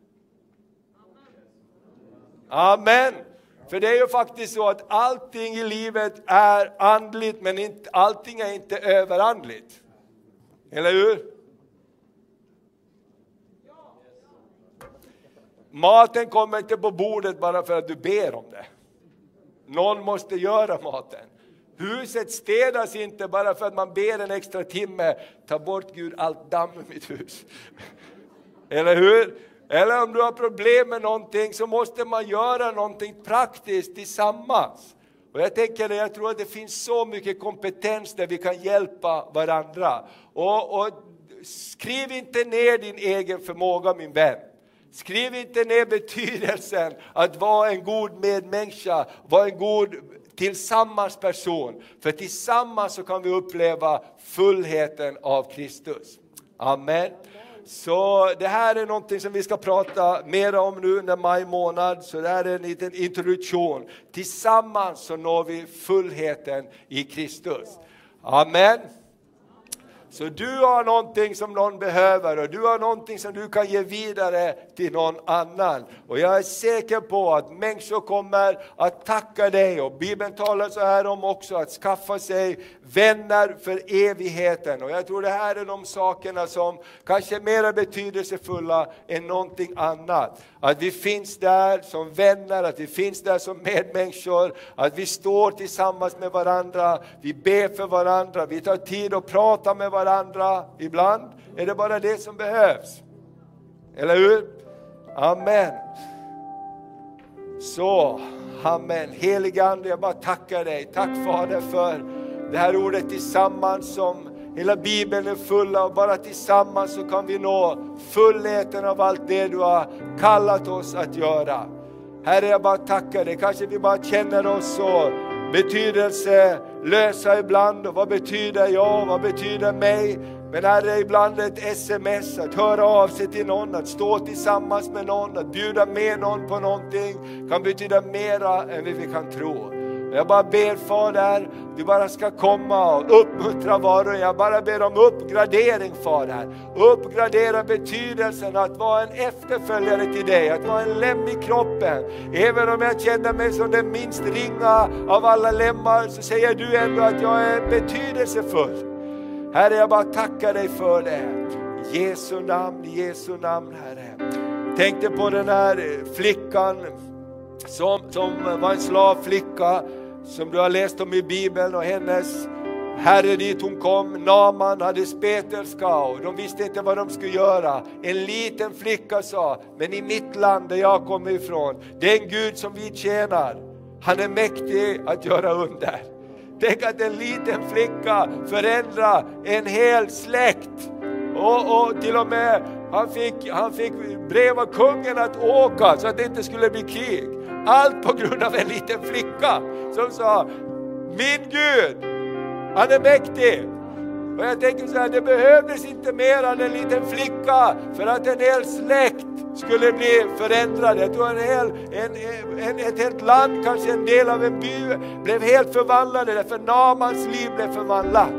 Amen. För det är ju faktiskt så att allting i livet är andligt, men inte, allting är inte överandligt. Eller hur? Maten kommer inte på bordet bara för att du ber om det. Någon måste göra maten. Huset städas inte bara för att man ber en extra timme. Ta bort Gud allt damm i mitt hus. Eller hur? Eller om du har problem med någonting så måste man göra någonting praktiskt tillsammans. Och jag tänker det, jag tror att det finns så mycket kompetens där vi kan hjälpa varandra. Och, och skriv inte ner din egen förmåga, min vän. Skriv inte ner betydelsen att vara en god medmänniska, vara en god tillsammans person. För tillsammans så kan vi uppleva fullheten av Kristus. Amen. Så det här är någonting som vi ska prata mer om nu under maj månad. Så det här är en liten introduktion. Tillsammans så når vi fullheten i Kristus. Amen. Så du har någonting som någon behöver och du har någonting som du kan ge vidare till någon annan. Och jag är säker på att människor kommer att tacka dig. Och Bibeln talar så här om också att skaffa sig vänner för evigheten. Och jag tror det här är de sakerna som kanske är mer betydelsefulla än någonting annat. Att vi finns där som vänner, att vi finns där som medmänniskor. Att vi står tillsammans med varandra, vi ber för varandra, vi tar tid att prata med varandra. varandra. Ibland är det bara det som behövs. Eller hur? Amen. Så, amen. Helige Ande, jag bara tackar dig. Tack Fader för det här ordet tillsammans som hela Bibeln är full av. Bara tillsammans så kan vi nå fullheten av allt det du har kallat oss att göra. Herre, jag bara tackar dig. Kanske vi bara känner oss så betydelselösa ibland. Och vad betyder jag? Vad betyder mig? Men Herre, ibland ett sms, att höra av sig till någon, att stå tillsammans med någon, att bjuda med någon på någonting kan betyda mera än vi kan tro. Jag bara ber Fader, du bara ska komma och uppmuntra var och en. Jag bara ber om uppgradering Fader. Uppgradera betydelsen att vara en efterföljare till dig. Att vara en lem i kroppen. Även om jag känner mig som den minst ringa av alla lemmar, så säger du ändå att jag är betydelsefull. Herre, jag bara tackar dig för det. Jesu namn, Jesu namn Herre. Tänkte på den här flickan som, som var en slavflicka som du har läst om i Bibeln, och hennes herre dit hon kom, Naman, hade spetälska och de visste inte vad de skulle göra. En liten flicka sa, men i mitt land där jag kommer ifrån, den Gud som vi tjänar, han är mäktig att göra under. Tänk att en liten flicka förändrar en hel släkt. Och, och till och med han fick, han fick brev av kungen att åka så att det inte skulle bli krig. Allt på grund av en liten flicka som sa, min Gud, han är mäktig. Och jag tänker så här, det behövdes inte mer än en liten flicka för att en hel släkt skulle bli förändrad. Jag tror en hel, en, en, ett helt land, kanske en del av en by, blev helt förvandlade därför Namans liv blev förvandlat.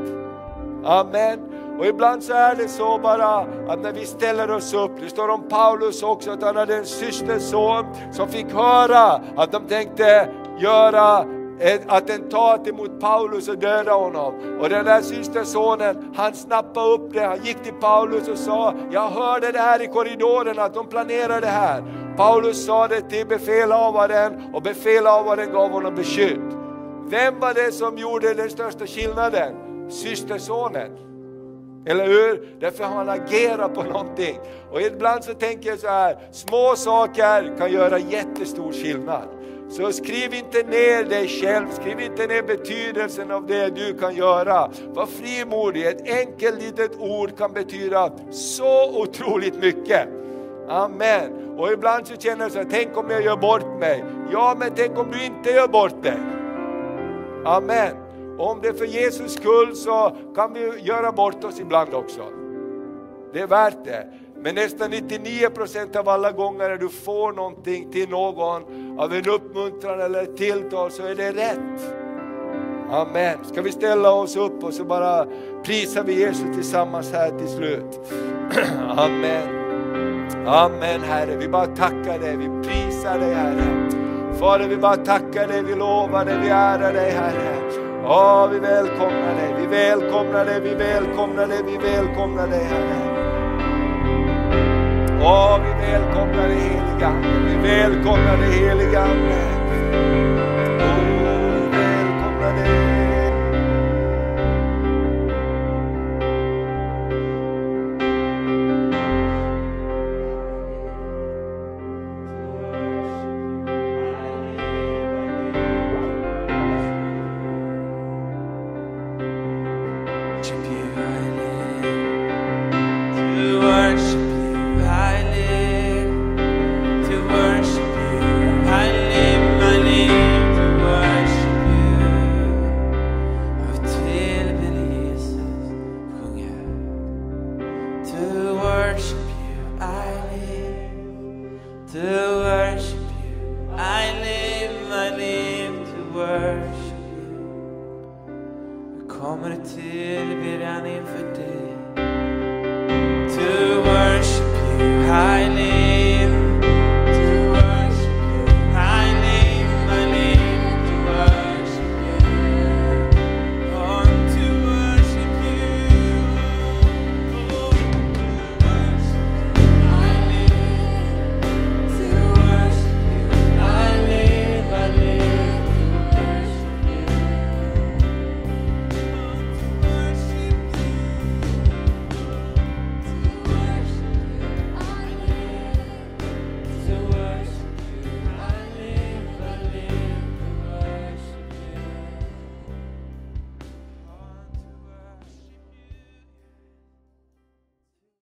Amen. Och ibland så är det så bara att när vi ställer oss upp, det står om Paulus också att han hade en systerson som fick höra att de tänkte göra ett attentat emot Paulus och döda honom. Och den där systersonen, han snappade upp det, han gick till Paulus och sa, jag hörde det här i korridoren att de planerar det här. Paulus sa det till befälhavaren och befälhavaren gav honom beskydd. Vem var det som gjorde den största skillnaden? Systersonen. Eller hur? Därför har han agerat på någonting. Och ibland så tänker jag så här, små saker kan göra jättestor skillnad. Så skriv inte ner dig själv, skriv inte ner betydelsen av det du kan göra. Var frimodig, ett enkelt litet ord kan betyda så otroligt mycket. Amen. Och ibland så känner jag så här, tänk om jag gör bort mig. Ja, men tänk om du inte gör bort dig. Amen. Och om det är för Jesus skull så kan vi göra bort oss ibland också. Det är värt det. Men nästan nittionio procent av alla gånger när du får någonting till någon av en uppmuntran eller tilltal så är det rätt. Amen. Ska vi ställa oss upp och så bara prisar vi Jesus tillsammans här till slut. Amen. Amen Herre. Vi bara tackar dig. Vi prisar dig Herre. Fader, vi bara tackar dig. Vi lovar dig. Vi ärar dig Herre. Ja, vi välkomnar dig. Vi välkomnar dig. Vi välkomnar dig. Vi välkomnar dig Herre. Åh, vi välkomnar dig heliga Ande. Vi välkomnar dig heliga Ande. Åh, vi välkomnar dig. To worship you I live. kommer tillbedjan inför dig. To worship you highly